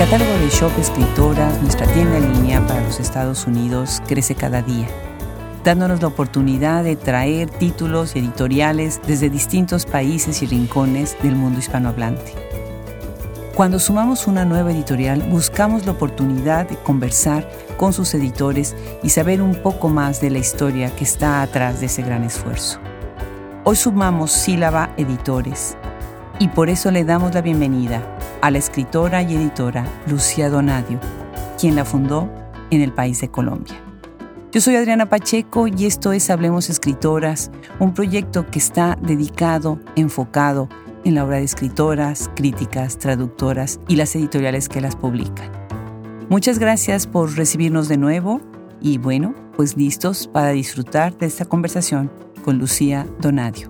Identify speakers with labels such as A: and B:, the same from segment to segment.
A: catálogo de Shop Escritoras, nuestra tienda en línea para los Estados Unidos, crece cada día, dándonos la oportunidad de traer títulos y editoriales desde distintos países y rincones del mundo hispanohablante. Cuando sumamos una nueva editorial, buscamos la oportunidad de conversar con sus editores y saber un poco más de la historia que está atrás de ese gran esfuerzo. Hoy sumamos Sílaba Editores y por eso le damos la bienvenida a la escritora y editora Lucía Donadio, quien la fundó en el país de Colombia. Yo soy Adriana Pacheco y esto es Hablemos Escritoras, un proyecto que está dedicado, enfocado en la obra de escritoras, críticas, traductoras y las editoriales que las publican. Muchas gracias por recibirnos de nuevo y bueno, pues listos para disfrutar de esta conversación con Lucía Donadio.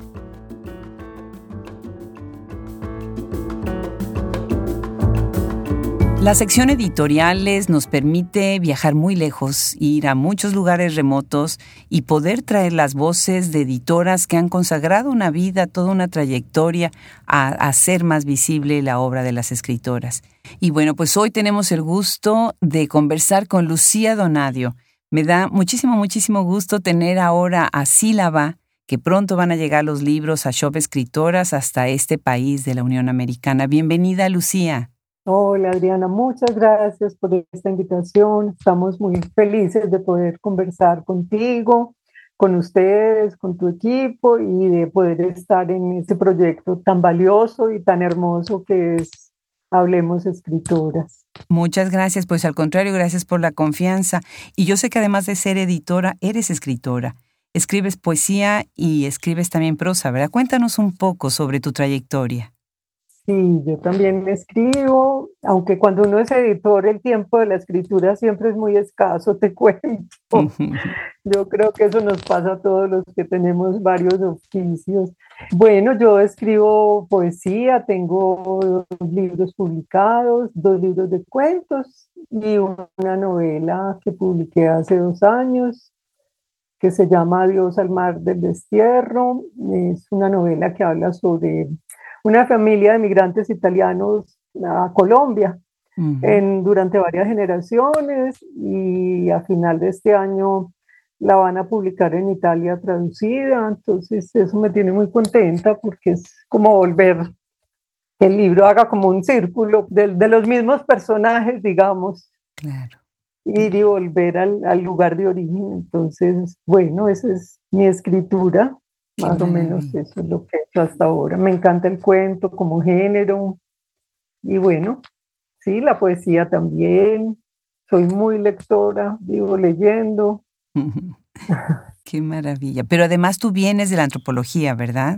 A: La sección editoriales nos permite viajar muy lejos, ir a muchos lugares remotos y poder traer las voces de editoras que han consagrado una vida, toda una trayectoria a hacer más visible la obra de las escritoras. Y bueno, pues hoy tenemos el gusto de conversar con Lucía Donadio. Me da muchísimo gusto tener ahora a Sílaba, que pronto van a llegar los libros a Shop Escritoras hasta este país de la Unión Americana. Bienvenida, Lucía.
B: Hola Adriana, muchas gracias por esta invitación. Estamos muy felices de poder conversar contigo, con ustedes, con tu equipo y de poder estar en este proyecto tan valioso y tan hermoso que es Hablemos Escritoras.
A: Muchas gracias, pues al contrario, gracias por la confianza. Y yo sé que además de ser editora, eres escritora. Escribes poesía y escribes también prosa, ¿verdad? Cuéntanos un poco sobre tu trayectoria.
B: Sí, yo también escribo, aunque cuando uno es editor el tiempo de la escritura siempre es muy escaso, te cuento. Yo creo que eso nos pasa a todos los que tenemos varios oficios. Bueno, yo escribo poesía, tengo 2 libros publicados, 2 libros de cuentos y una novela que publiqué hace 2 años que se llama Adiós al mar del destierro. Es una novela que habla sobre una familia de migrantes italianos a Colombia durante varias generaciones y a final de este año la van a publicar en Italia traducida, entonces eso me tiene muy contenta porque es como volver, que el libro haga como un círculo de los mismos personajes, digamos,
A: Claro.
B: Ir y volver al lugar de origen. Entonces, bueno, esa es mi escritura. Más o menos eso es lo que he hecho hasta ahora. Me encanta el cuento como género. Y bueno, sí, la poesía también. Soy muy lectora, vivo leyendo.
A: Qué maravilla. Pero además tú vienes de la antropología, ¿verdad?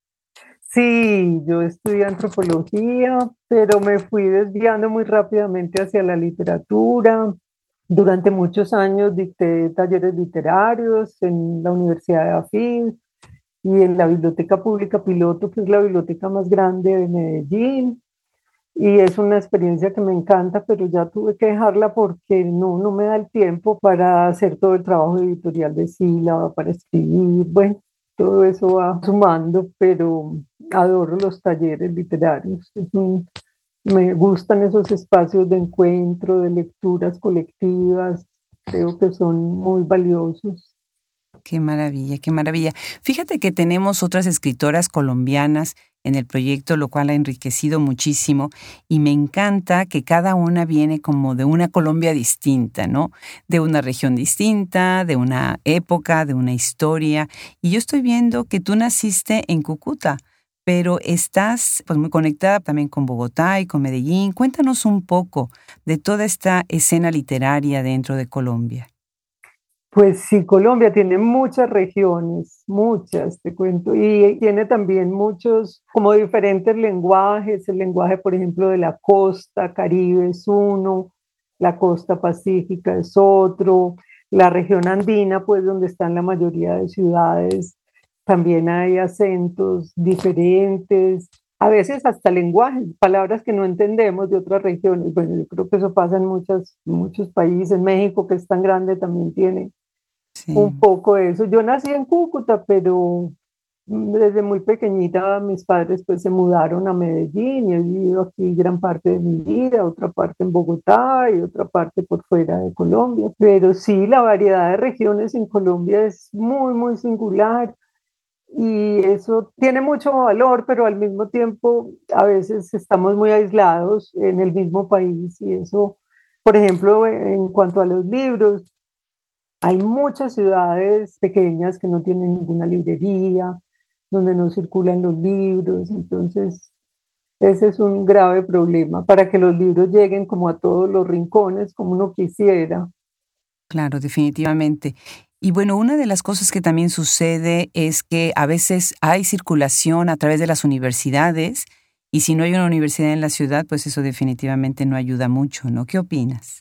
B: Sí, yo estudié antropología, pero me fui desviando muy rápidamente hacia la literatura. Durante muchos años dicté talleres literarios en la Universidad de Afil y en la Biblioteca Pública Piloto, que es la biblioteca más grande de Medellín. Y es una experiencia que me encanta, pero ya tuve que dejarla porque no me da el tiempo para hacer todo el trabajo editorial de sílaba, para escribir. Bueno, todo eso va sumando, pero adoro los talleres literarios. Me gustan esos espacios de encuentro, de lecturas colectivas. Creo que son muy valiosos.
A: Qué maravilla, qué maravilla. Fíjate que tenemos otras escritoras colombianas en el proyecto, lo cual ha enriquecido muchísimo y me encanta que cada una viene como de una Colombia distinta, ¿no? De una región distinta, de una época, de una historia. Y yo estoy viendo que tú naciste en Cúcuta, pero estás pues muy conectada también con Bogotá y con Medellín. Cuéntanos un poco de toda esta escena literaria dentro de Colombia.
B: Pues sí, Colombia tiene muchas regiones, muchas, te cuento, y tiene también muchos, como diferentes lenguajes. El lenguaje, por ejemplo, de la costa Caribe es uno, la costa pacífica es otro, la región andina, pues donde están la mayoría de ciudades, también hay acentos diferentes, a veces hasta lenguajes, palabras que no entendemos de otras regiones. Bueno, yo creo que eso pasa en muchos países. México, que es tan grande, también tiene
A: Sí.
B: un poco de eso. Yo nací en Cúcuta, pero desde muy pequeñita mis padres pues se mudaron a Medellín y he vivido aquí gran parte de mi vida, otra parte en Bogotá y otra parte por fuera de Colombia. Pero sí, la variedad de regiones en Colombia es muy, muy singular y eso tiene mucho valor, pero al mismo tiempo a veces estamos muy aislados en el mismo país y eso, por ejemplo, en cuanto a los libros, hay muchas ciudades pequeñas que no tienen ninguna librería, donde no circulan los libros, entonces ese es un grave problema para que los libros lleguen como a todos los rincones como uno quisiera.
A: Claro, definitivamente. Y bueno, una de las cosas que también sucede es que a veces hay circulación a través de las universidades y si no hay una universidad en la ciudad, pues eso definitivamente no ayuda mucho, ¿no? ¿Qué opinas?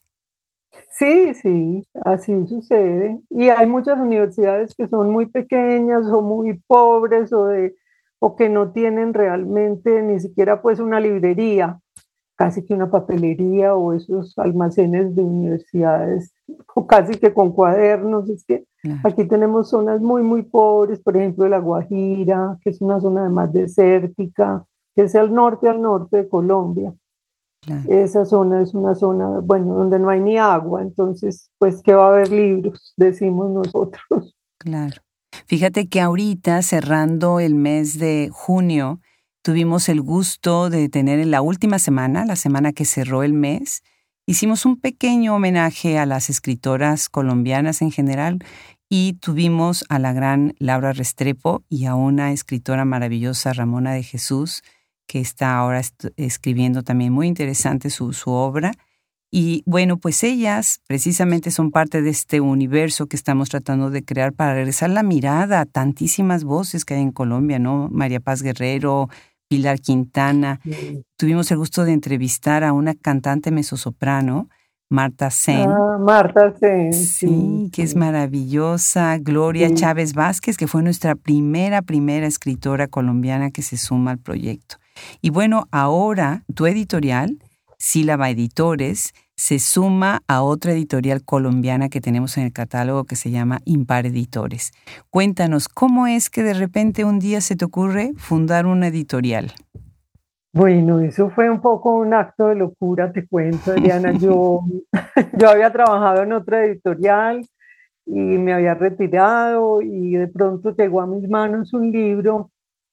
B: Sí, sí, así sucede. Y hay muchas universidades que son muy pequeñas o muy pobres o que no tienen realmente ni siquiera pues una librería, casi que una papelería o esos almacenes de universidades, o casi que con cuadernos. Es que
A: Claro,
B: aquí tenemos zonas muy, muy pobres, por ejemplo, La Guajira, que es una zona además desértica, que es al norte de Colombia.
A: claro,
B: Esa zona es una zona, bueno, donde no hay ni agua, entonces, pues, ¿qué va a haber libros? Decimos nosotros.
A: claro. Fíjate que ahorita, cerrando el mes de junio, tuvimos el gusto de tener en la última semana, la semana que cerró el mes, hicimos un pequeño homenaje a las escritoras colombianas en general y tuvimos a la gran Laura Restrepo y a una escritora maravillosa, Ramona de Jesús, que está ahora escribiendo también muy interesante su obra. Y bueno, pues ellas precisamente son parte de este universo que estamos tratando de crear para regresar la mirada a tantísimas voces que hay en Colombia, ¿no? María Paz Guerrero, Pilar Quintana.
B: Mm.
A: Tuvimos el gusto de entrevistar a una cantante mezzosoprano, Marta Sen.
B: Ah, Marta, sí, sí,
A: Sí, que es
B: sí,
A: maravillosa. Gloria
B: sí.
A: Chávez Vázquez, que fue nuestra primera escritora colombiana que se suma al proyecto. Y bueno, ahora tu editorial, Sílaba Editores, se suma a otra editorial colombiana que tenemos en el catálogo que se llama Impar Editores. Cuéntanos, ¿cómo es que de repente un día se te ocurre fundar una editorial?
B: Bueno, eso fue un poco un acto de locura, te cuento, Adriana. Yo había trabajado en otra editorial y me había retirado y de pronto llegó a mis manos un libro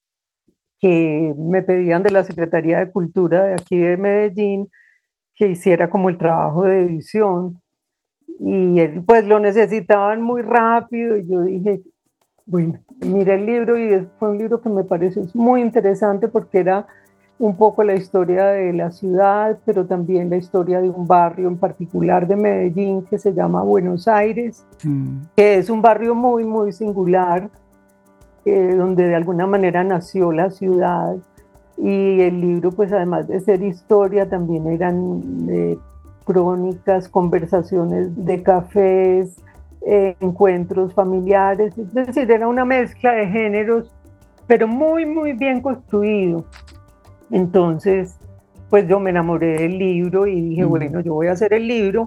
B: que me pedían de la Secretaría de Cultura de aquí de Medellín que hiciera como el trabajo de edición y pues lo necesitaban muy rápido y yo dije, bueno, miré el libro y fue un libro que me pareció muy interesante porque era un poco la historia de la ciudad, pero también la historia de un barrio en particular de Medellín que se llama Buenos Aires,
A: Mm,
B: que es un barrio muy, muy singular, donde de alguna manera nació la ciudad. Y el libro, pues además de ser historia, también eran crónicas, conversaciones de cafés, encuentros familiares, es decir, era una mezcla de géneros, pero muy, muy bien construido. Entonces, pues yo me enamoré del libro y dije,
A: mm.
B: bueno, yo voy a hacer el libro,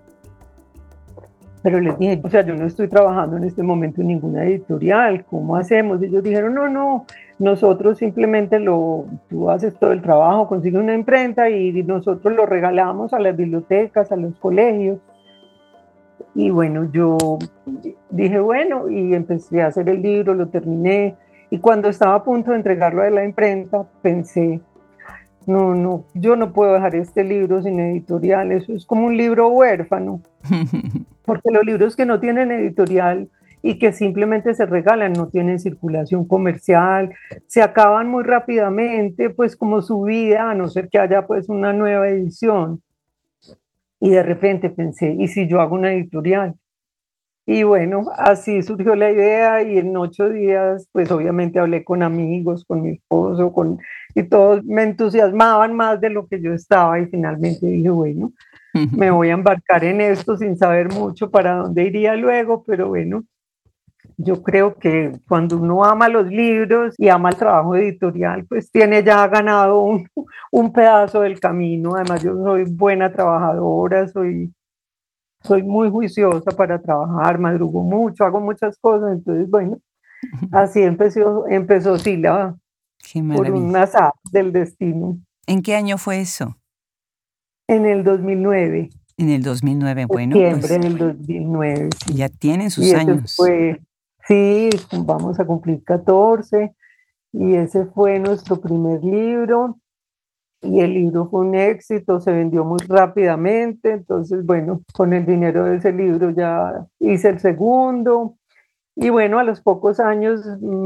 B: pero les dije, o sea, yo no estoy trabajando en este momento en ninguna editorial, ¿cómo hacemos? Y ellos dijeron, no, no, nosotros simplemente tú haces todo el trabajo, consigues una imprenta y nosotros lo regalamos a las bibliotecas, a los colegios. Y bueno, yo dije, bueno, y empecé a hacer el libro, lo terminé. Y cuando estaba a punto de entregarlo a la imprenta, pensé, no, no, yo no puedo dejar este libro sin editorial, eso es como un libro huérfano. Porque los libros que no tienen editorial y que simplemente se regalan, no tienen circulación comercial, se acaban muy rápidamente, pues como su vida, a no ser que haya pues una nueva edición. Y de repente pensé, ¿y si yo hago una editorial? Y bueno, así surgió la idea y en 8 días, pues obviamente hablé con amigos, con mi esposo, y todos me entusiasmaban más de lo que yo estaba y finalmente dije, bueno, me voy a embarcar en esto sin saber mucho para dónde iría luego, pero bueno, yo creo que cuando uno ama los libros y ama el trabajo editorial, pues tiene ya ganado un pedazo del camino. Además, yo soy buena trabajadora, soy muy juiciosa para trabajar, madrugo mucho, hago muchas cosas, entonces, bueno, Así empezó Sílaba,
A: Qué
B: por un
A: maravilla.
B: azar del destino,
A: ¿En qué año fue eso?
B: en el 2009,
A: En el 2009. Bueno,
B: septiembre
A: pues
B: del 2009, sí.
A: ya tienen
B: Y
A: sus
B: ese
A: años.
B: fue, sí, vamos a cumplir 14, y ese fue nuestro primer libro. Y el libro fue un éxito, se vendió muy rápidamente, entonces bueno, con el dinero de ese libro ya hice el segundo y bueno, a los pocos años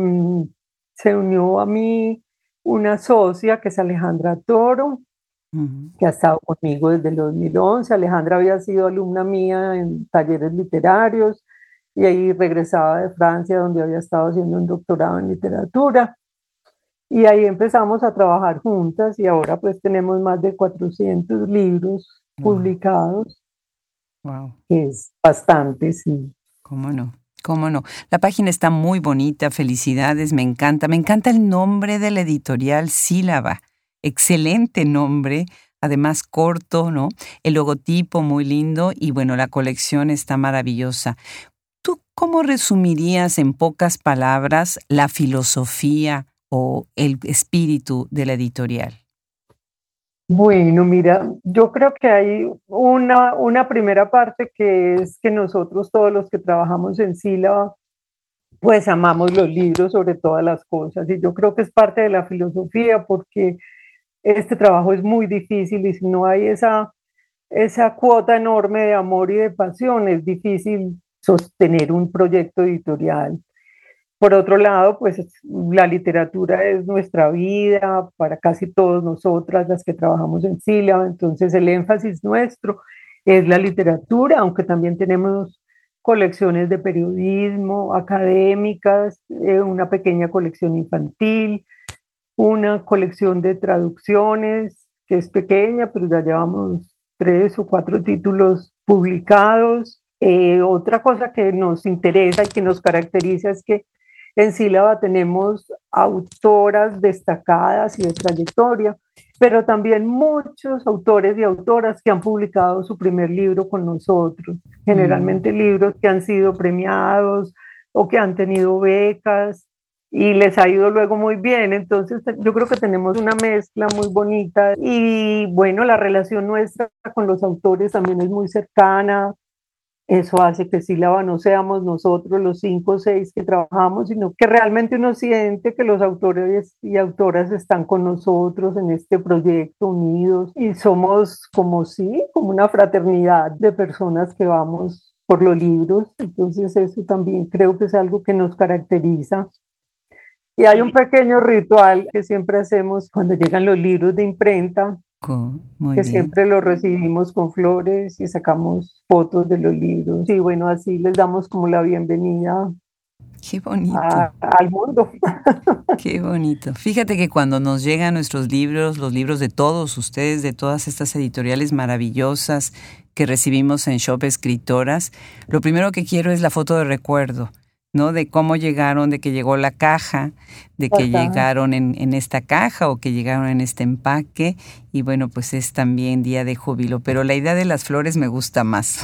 B: se unió a mí una socia que es Alejandra Toro,
A: Ujú.
B: que ha estado conmigo desde el 2011. Alejandra había sido alumna mía en talleres literarios y ahí regresaba de Francia donde había estado haciendo un doctorado en literatura. Y ahí empezamos a trabajar juntas y ahora pues tenemos más de 400 libros
A: Wow,
B: publicados,
A: wow.
B: que es bastante, sí.
A: ¿Cómo no? ¿Cómo no? La página está muy bonita, felicidades, me encanta. Me encanta el nombre de la editorial Sílaba. Excelente nombre, además corto, ¿no? El logotipo muy lindo y bueno, la colección está maravillosa. ¿Tú cómo resumirías en pocas palabras la filosofía o el espíritu de la editorial?
B: Bueno, mira, yo creo que hay una primera parte que es que nosotros todos los que trabajamos en Sílaba, pues amamos los libros sobre todas las cosas y yo creo que es parte de la filosofía porque este trabajo es muy difícil y si no hay esa cuota enorme de amor y de pasión, es difícil sostener un proyecto editorial. Por otro lado, pues la literatura es nuestra vida para casi todos nosotras las que trabajamos en Sílaba, entonces el énfasis nuestro es la literatura, aunque también tenemos colecciones de periodismo, académicas, una pequeña colección infantil, una colección de traducciones que es pequeña, pero ya llevamos 3 o 4 títulos publicados. Otra cosa que nos interesa y que nos caracteriza es que en Sílaba tenemos autoras destacadas y de trayectoria, pero también muchos autores y autoras que han publicado su primer libro con nosotros,
A: Mm.
B: generalmente libros que han sido premiados o que han tenido becas y les ha ido luego muy bien. Entonces yo creo que tenemos una mezcla muy bonita y bueno, la relación nuestra con los autores también es muy cercana. Eso hace que Sílaba no seamos nosotros los 5 o 6 que trabajamos, sino que realmente uno siente que los autores y autoras están con nosotros en este proyecto unidos y somos como sí, como una fraternidad de personas que vamos por los libros. Entonces eso también creo que es algo que nos caracteriza. Y hay un pequeño ritual que siempre hacemos cuando llegan los libros de imprenta,
A: Muy
B: que
A: bien.
B: siempre los recibimos con flores y sacamos fotos de los libros. Y bueno, así les damos como la bienvenida
A: Qué bonito.
B: al mundo.
A: Qué bonito. Fíjate que cuando nos llegan nuestros libros, los libros de todos ustedes, de todas estas editoriales maravillosas que recibimos en Shop Escritoras, lo primero que quiero es la foto de recuerdo, ¿no? De cómo llegaron, de que llegó la caja, de que
B: Ajá.
A: llegaron en esta caja o que llegaron en este empaque. Y bueno, pues es también día de júbilo, pero la idea de las flores me gusta más.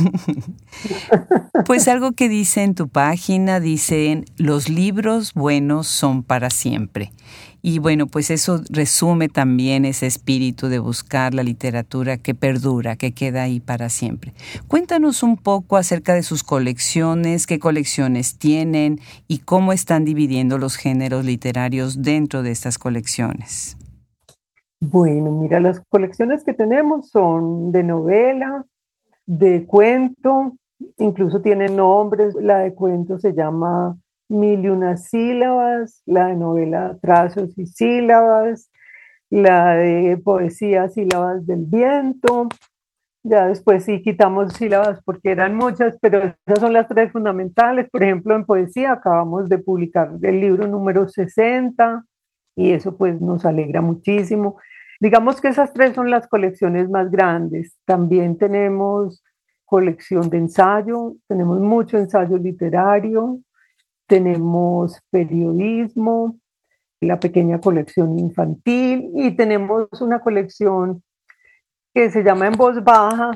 A: Pues algo que dice en tu página, dicen, los libros buenos son para siempre. Y bueno, pues eso resume también ese espíritu de buscar la literatura que perdura, que queda ahí para siempre. Cuéntanos un poco acerca de sus colecciones, qué colecciones tienen y cómo están dividiendo los géneros literarios dentro de estas colecciones.
B: Bueno, mira, las colecciones que tenemos son de novela, de cuento, incluso tienen nombres. La de cuento se llama Mil y unas sílabas, la de novela Trazos y sílabas, la de poesía Sílabas del viento. Ya después sí quitamos sílabas porque eran muchas, pero esas son las 3 fundamentales. Por ejemplo, en poesía acabamos de publicar el libro número 60 y eso pues nos alegra muchísimo. Digamos que esas 3 son las colecciones más grandes. También tenemos colección de ensayo, tenemos mucho ensayo literario, tenemos periodismo, la pequeña colección infantil y tenemos una colección que se llama En voz baja,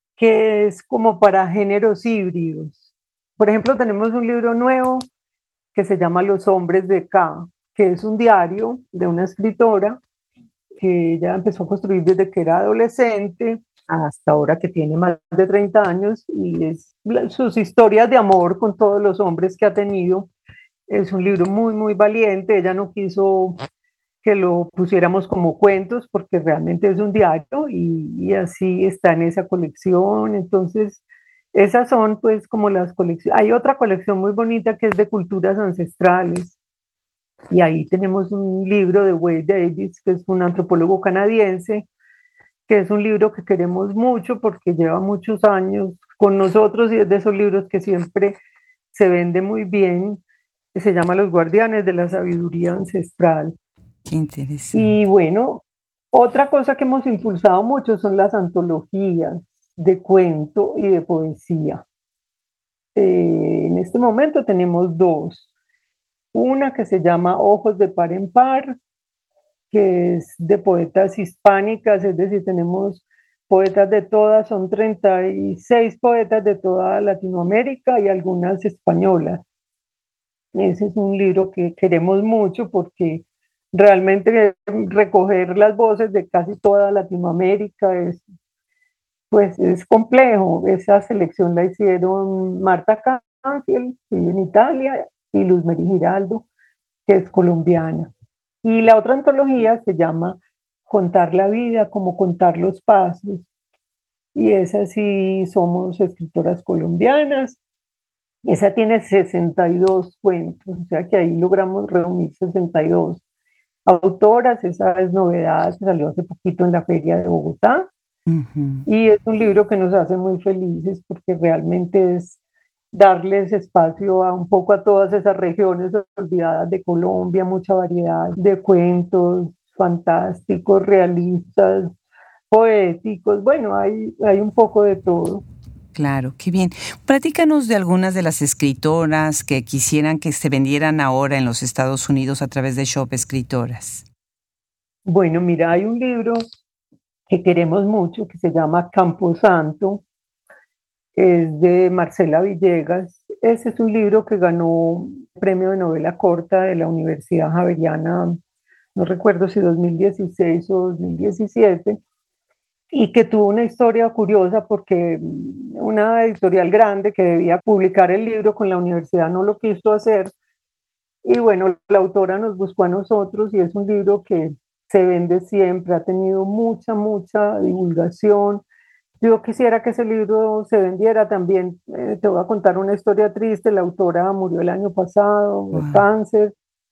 B: que es como para géneros híbridos. Por ejemplo, tenemos un libro nuevo que se llama Los Hombres de K, que es un diario de una escritora que ella empezó a construir desde que era adolescente hasta ahora que tiene más de 30 años, y es sus historias de amor con todos los hombres que ha tenido. Es un libro muy, muy valiente. Ella no quiso que lo pusiéramos como cuentos porque realmente es un diario, y así está en esa colección. Entonces, esas son pues como las colecciones. Hay otra colección muy bonita que es de culturas ancestrales, y ahí tenemos un libro de Wade Davis, que es un antropólogo canadiense, que es un libro que queremos mucho porque lleva muchos años con nosotros y es de esos libros que siempre se vende muy bien, que se llama Los Guardianes de la Sabiduría Ancestral.
A: Qué interesante.
B: Y bueno, otra cosa que hemos impulsado mucho son las antologías de cuento y de poesía. En este momento tenemos dos. Una que se llama Ojos de Par en Par, que es de poetas hispánicas, es decir, tenemos poetas de todas, son 36 poetas de toda Latinoamérica y algunas españolas. Ese es un libro que queremos mucho porque realmente recoger las voces de casi toda Latinoamérica pues es complejo. Esa selección la hicieron Marta Canfield, que vive en Italia, y Luz Mary Giraldo, que es colombiana. Y la otra antología se llama Contar la vida, como contar los pasos. Y esa sí somos escritoras colombianas. Esa tiene 62 cuentos, o sea que ahí logramos reunir 62 autoras. Esa es novedad, que salió hace poquito en la Feria de Bogotá. Y es un libro que nos hace muy felices porque realmente es darles espacio a un poco a todas esas regiones olvidadas de Colombia, mucha variedad de cuentos fantásticos, realistas, poéticos. Bueno, hay un poco de todo.
A: Claro, qué bien. Platícanos de algunas de las escritoras que quisieran que se vendieran ahora en los Estados Unidos a través de Shop Escritoras.
B: Bueno, mira, hay un libro que queremos mucho que se llama Camposanto, es de Marcela Villegas. Ese es un libro que ganó el premio de novela corta de la Universidad Javeriana, no recuerdo si 2016 o 2017, y que tuvo una historia curiosa porque una editorial grande que debía publicar el libro con la universidad no lo quiso hacer, y bueno, la autora nos buscó a nosotros, y es un libro que se vende siempre, ha tenido mucha, mucha divulgación. Yo quisiera que ese libro se vendiera también. Te voy a contar una historia triste. La autora murió el año pasado de cáncer.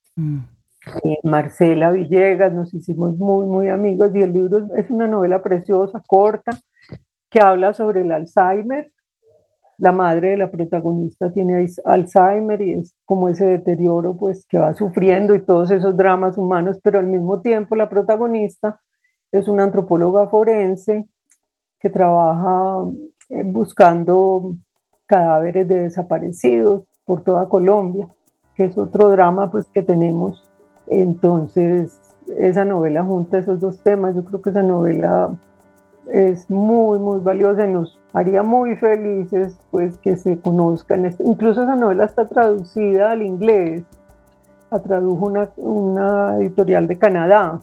B: Marcela Villegas, nos hicimos muy, muy amigos, y el libro es una novela preciosa, corta, que habla sobre el Alzheimer. La madre de la protagonista tiene Alzheimer y es como ese deterioro pues que va sufriendo y todos esos dramas humanos, pero al mismo tiempo la protagonista es una antropóloga forense que trabaja buscando cadáveres de desaparecidos por toda Colombia, que es otro drama pues que tenemos. Entonces, esa novela junta esos dos temas. Yo creo que esa novela es muy, muy valiosa y nos haría muy felices pues que se conozcan. Incluso esa novela está traducida al inglés, la tradujo una editorial de Canadá.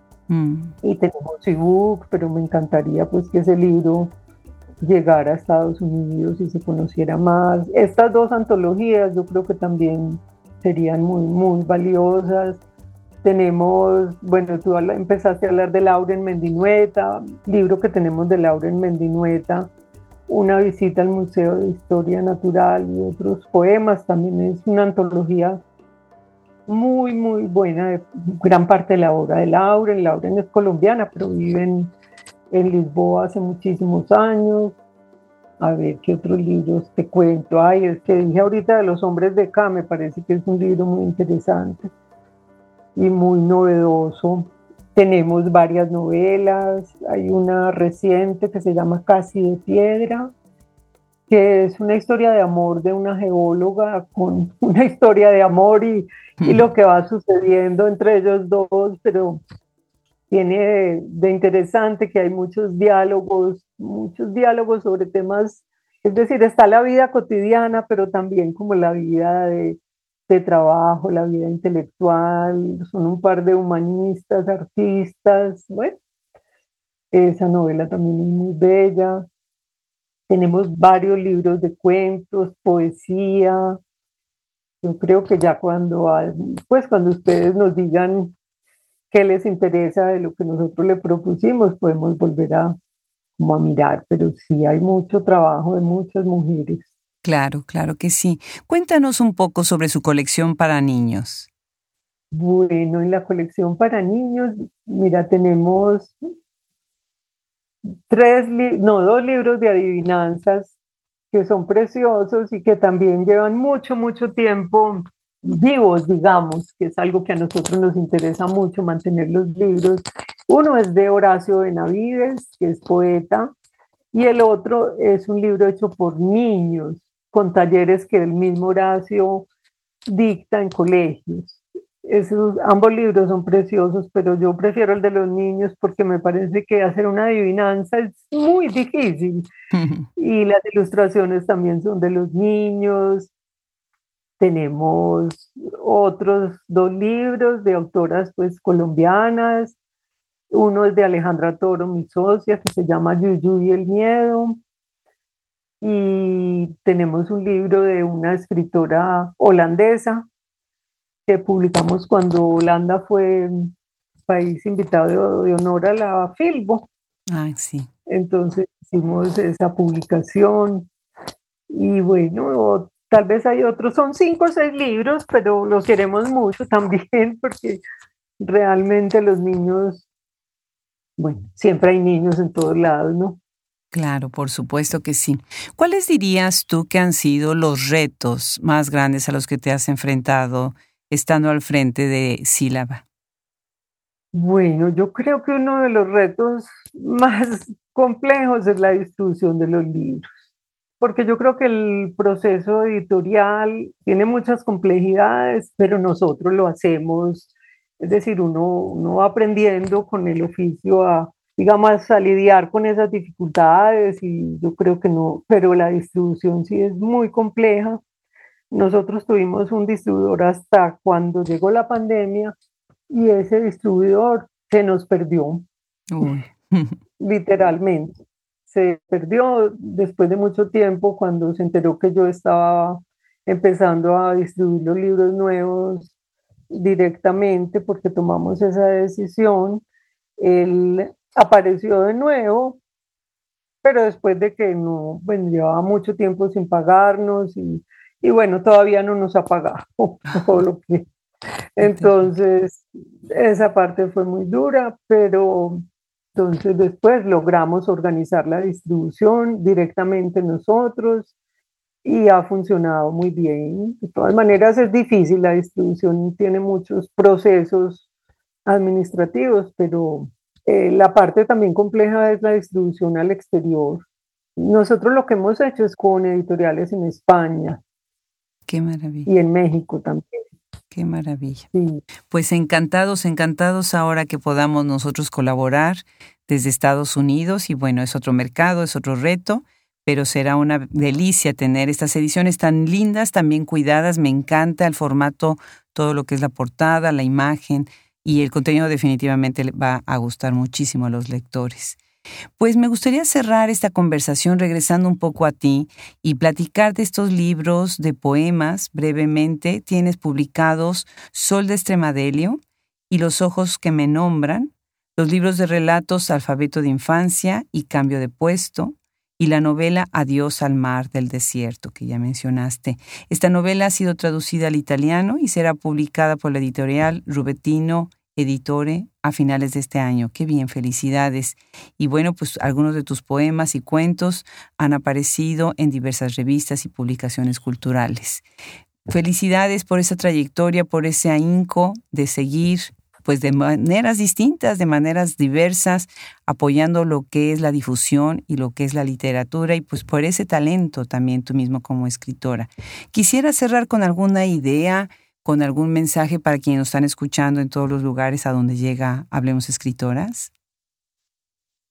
B: Y tenemos ebook, pero me encantaría pues que ese libro llegara a Estados Unidos y se conociera más. Estas dos antologías yo creo que también serían muy, muy valiosas. Tenemos, bueno, tú empezaste a hablar de Lauren Mendinueta, libro que tenemos de Lauren Mendinueta, una visita al Museo de Historia Natural y otros poemas. También es una antología muy, muy buena de gran parte de la obra de Lauren. Lauren es colombiana, pero vive en Lisboa hace muchísimos años. A ver, ¿qué otros libros te cuento? Ay, es que dije ahorita de Los Hombres de K, me parece que es un libro muy interesante y muy novedoso. Tenemos varias novelas, hay una reciente que se llama Casi de Piedra, que es una historia de amor de una geóloga con una historia de amor y lo que va sucediendo entre ellos dos, pero tiene de interesante que hay muchos diálogos sobre temas, es decir, está la vida cotidiana, pero también como la vida de de trabajo, la vida intelectual, son un par de humanistas, artistas, bueno, esa novela también es muy bella. Tenemos varios libros de cuentos, poesía. Yo creo que ya pues cuando ustedes nos digan qué les interesa de lo que nosotros le propusimos, podemos volver como a mirar, pero sí hay mucho trabajo de muchas mujeres.
A: Claro, claro que sí. Cuéntanos un poco sobre su colección para niños.
B: Bueno, en la colección para niños, mira, tenemos dos libros de adivinanzas que son preciosos y que también llevan mucho, mucho tiempo vivos, digamos, que es algo que a nosotros nos interesa mucho mantener los libros. Uno es de Horacio Benavides, que es poeta, y el otro es un libro hecho por niños, con talleres que el mismo Horacio dicta en colegios. Ambos libros son preciosos, pero yo prefiero el de los niños porque me parece que hacer una adivinanza es muy difícil y las ilustraciones también son de los niños. Tenemos otros dos libros de autoras pues colombianas. Uno es de Alejandra Toro, mi socia, que se llama Yuyu y el miedo. Y tenemos un libro de una escritora holandesa que publicamos cuando Holanda fue país invitado de honor a la Filbo.
A: Ah, sí.
B: Entonces hicimos esa publicación y bueno, tal vez hay otros, son 5 o 6 libros, pero los queremos mucho también porque realmente los niños, bueno, siempre hay niños en todos lados, ¿no?
A: Claro, por supuesto que sí. ¿Cuáles dirías tú que han sido los retos más grandes a los que te has enfrentado estando al frente de Sílaba?
B: Bueno, yo creo que uno de los retos más complejos es la distribución de los libros, porque yo creo que el proceso editorial tiene muchas complejidades, pero nosotros lo hacemos, es decir, uno va aprendiendo con el oficio digamos, a lidiar con esas dificultades y yo creo que no, pero la distribución sí es muy compleja. Nosotros tuvimos un distribuidor hasta cuando llegó la pandemia y ese distribuidor se nos perdió,
A: Uy.
B: literalmente. Se perdió después de mucho tiempo cuando se enteró que yo estaba empezando a distribuir los libros nuevos directamente porque tomamos esa decisión. Él apareció de nuevo, pero después de que no, bueno, llevaba mucho tiempo sin pagarnos y bueno, todavía no nos ha pagado todo lo que...
A: Qué terrible.
B: Entonces, esa parte fue muy dura, pero entonces después logramos organizar la distribución directamente nosotros y ha funcionado muy bien. De todas maneras es difícil, la distribución tiene muchos procesos administrativos, pero la parte también compleja es la distribución al exterior. Nosotros lo que hemos hecho es con editoriales en España
A: Qué maravilla,
B: y en México también.
A: qué maravilla.
B: Sí.
A: Pues encantados, encantados ahora que podamos nosotros colaborar desde Estados Unidos y bueno, es otro mercado, es otro reto, pero será una delicia tener estas ediciones tan lindas, tan bien cuidadas. Me encanta el formato, todo lo que es la portada, la imagen y el contenido definitivamente le va a gustar muchísimo a los lectores. Pues me gustaría cerrar esta conversación regresando un poco a ti y platicar de estos libros de poemas brevemente. Tienes publicados Sol de Extremadelio y Los ojos que me nombran, los libros de relatos Alfabeto de infancia y Cambio de puesto, y la novela Adiós al mar del desierto, que ya mencionaste. Esta novela ha sido traducida al italiano y será publicada por la editorial Rubetino Editore a finales de este año. Qué bien, felicidades. Y bueno, pues algunos de tus poemas y cuentos han aparecido en diversas revistas y publicaciones culturales. Felicidades por esa trayectoria, por ese ahínco de seguir pues de maneras distintas, de maneras diversas, apoyando lo que es la difusión y lo que es la literatura y pues por ese talento también tú mismo como escritora. Quisiera cerrar con alguna idea, con algún mensaje para quienes nos están escuchando en todos los lugares a donde llega Hablemos Escritoras.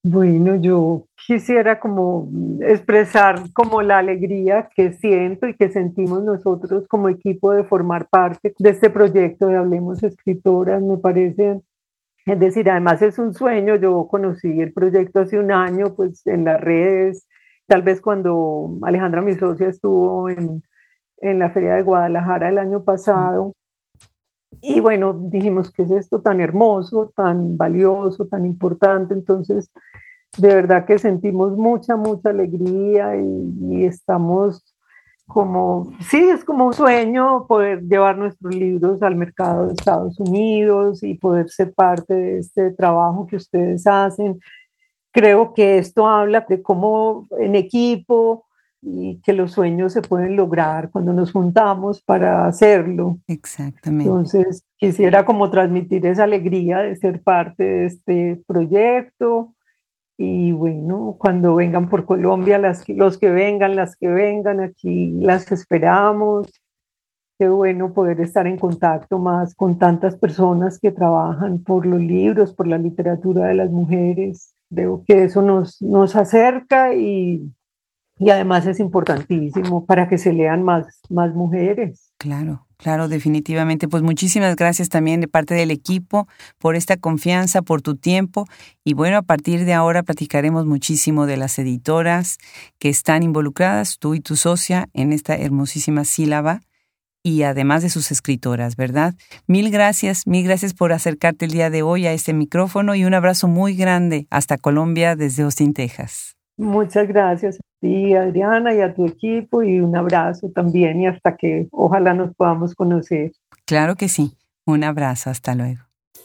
B: Bueno, yo quisiera como expresar como la alegría que siento y que sentimos nosotros como equipo de formar parte de este proyecto de Hablemos Escritoras. Me parece, es decir, además es un sueño. Yo conocí el proyecto hace un año, pues en las redes, tal vez cuando Alejandra, mi socia, estuvo en la Feria de Guadalajara el año pasado. Y bueno, dijimos, ¿qué es esto tan hermoso, tan valioso, tan importante? Entonces, de verdad que sentimos mucha, mucha alegría y estamos como, sí, es como un sueño poder llevar nuestros libros al mercado de Estados Unidos y poder ser parte de este trabajo que ustedes hacen. Creo que esto habla de cómo en equipo y que los sueños se pueden lograr cuando nos juntamos para hacerlo.
A: Exactamente.
B: Entonces, quisiera como transmitir esa alegría de ser parte de este proyecto. Y bueno, cuando vengan por Colombia, los que vengan, las que vengan, aquí las esperamos. Qué bueno poder estar en contacto más con tantas personas que trabajan por los libros, por la literatura de las mujeres. Creo que eso nos acerca y además es importantísimo para que se lean más mujeres.
A: Claro, claro, definitivamente. Pues muchísimas gracias también de parte del equipo por esta confianza, por tu tiempo. Y bueno, a partir de ahora platicaremos muchísimo de las editoras que están involucradas, tú y tu socia, en esta hermosísima sílaba y además de sus escritoras, ¿verdad? Mil gracias por acercarte el día de hoy a este micrófono y un abrazo muy grande hasta Colombia desde Austin, Texas.
B: Muchas gracias a ti, Adriana, y a tu equipo, y un abrazo también, y hasta que ojalá nos podamos conocer.
A: Claro que sí. Un abrazo. Hasta luego.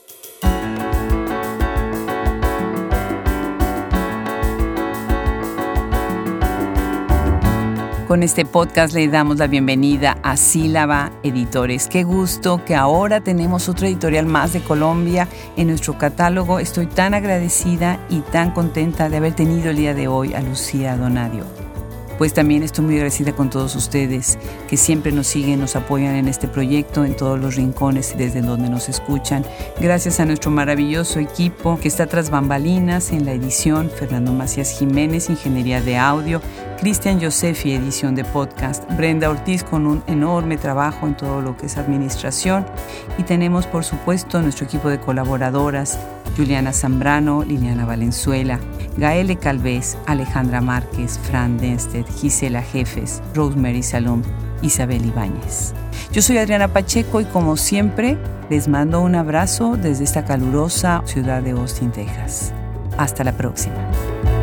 A: Con este podcast le damos la bienvenida a Sílaba Editores. Qué gusto que ahora tenemos otra editorial más de Colombia en nuestro catálogo. Estoy tan agradecida y tan contenta de haber tenido el día de hoy a Lucía Donadio. Pues también estoy muy agradecida con todos ustedes que siempre nos siguen, nos apoyan en este proyecto, en todos los rincones desde donde nos escuchan. Gracias a nuestro maravilloso equipo que está tras bambalinas en la edición, Fernando Macías Jiménez, ingeniería de audio, Cristian Josefi, edición de podcast, Brenda Ortiz con un enorme trabajo en todo lo que es administración. Y tenemos, por supuesto, nuestro equipo de colaboradoras, Juliana Zambrano, Liliana Valenzuela, Gaele Calvez, Alejandra Márquez, Fran Denstedt, Gisela Jefes, Rosemary Salom, Isabel Ibáñez. Yo soy Adriana Pacheco y como siempre les mando un abrazo desde esta calurosa ciudad de Austin, Texas. Hasta la próxima.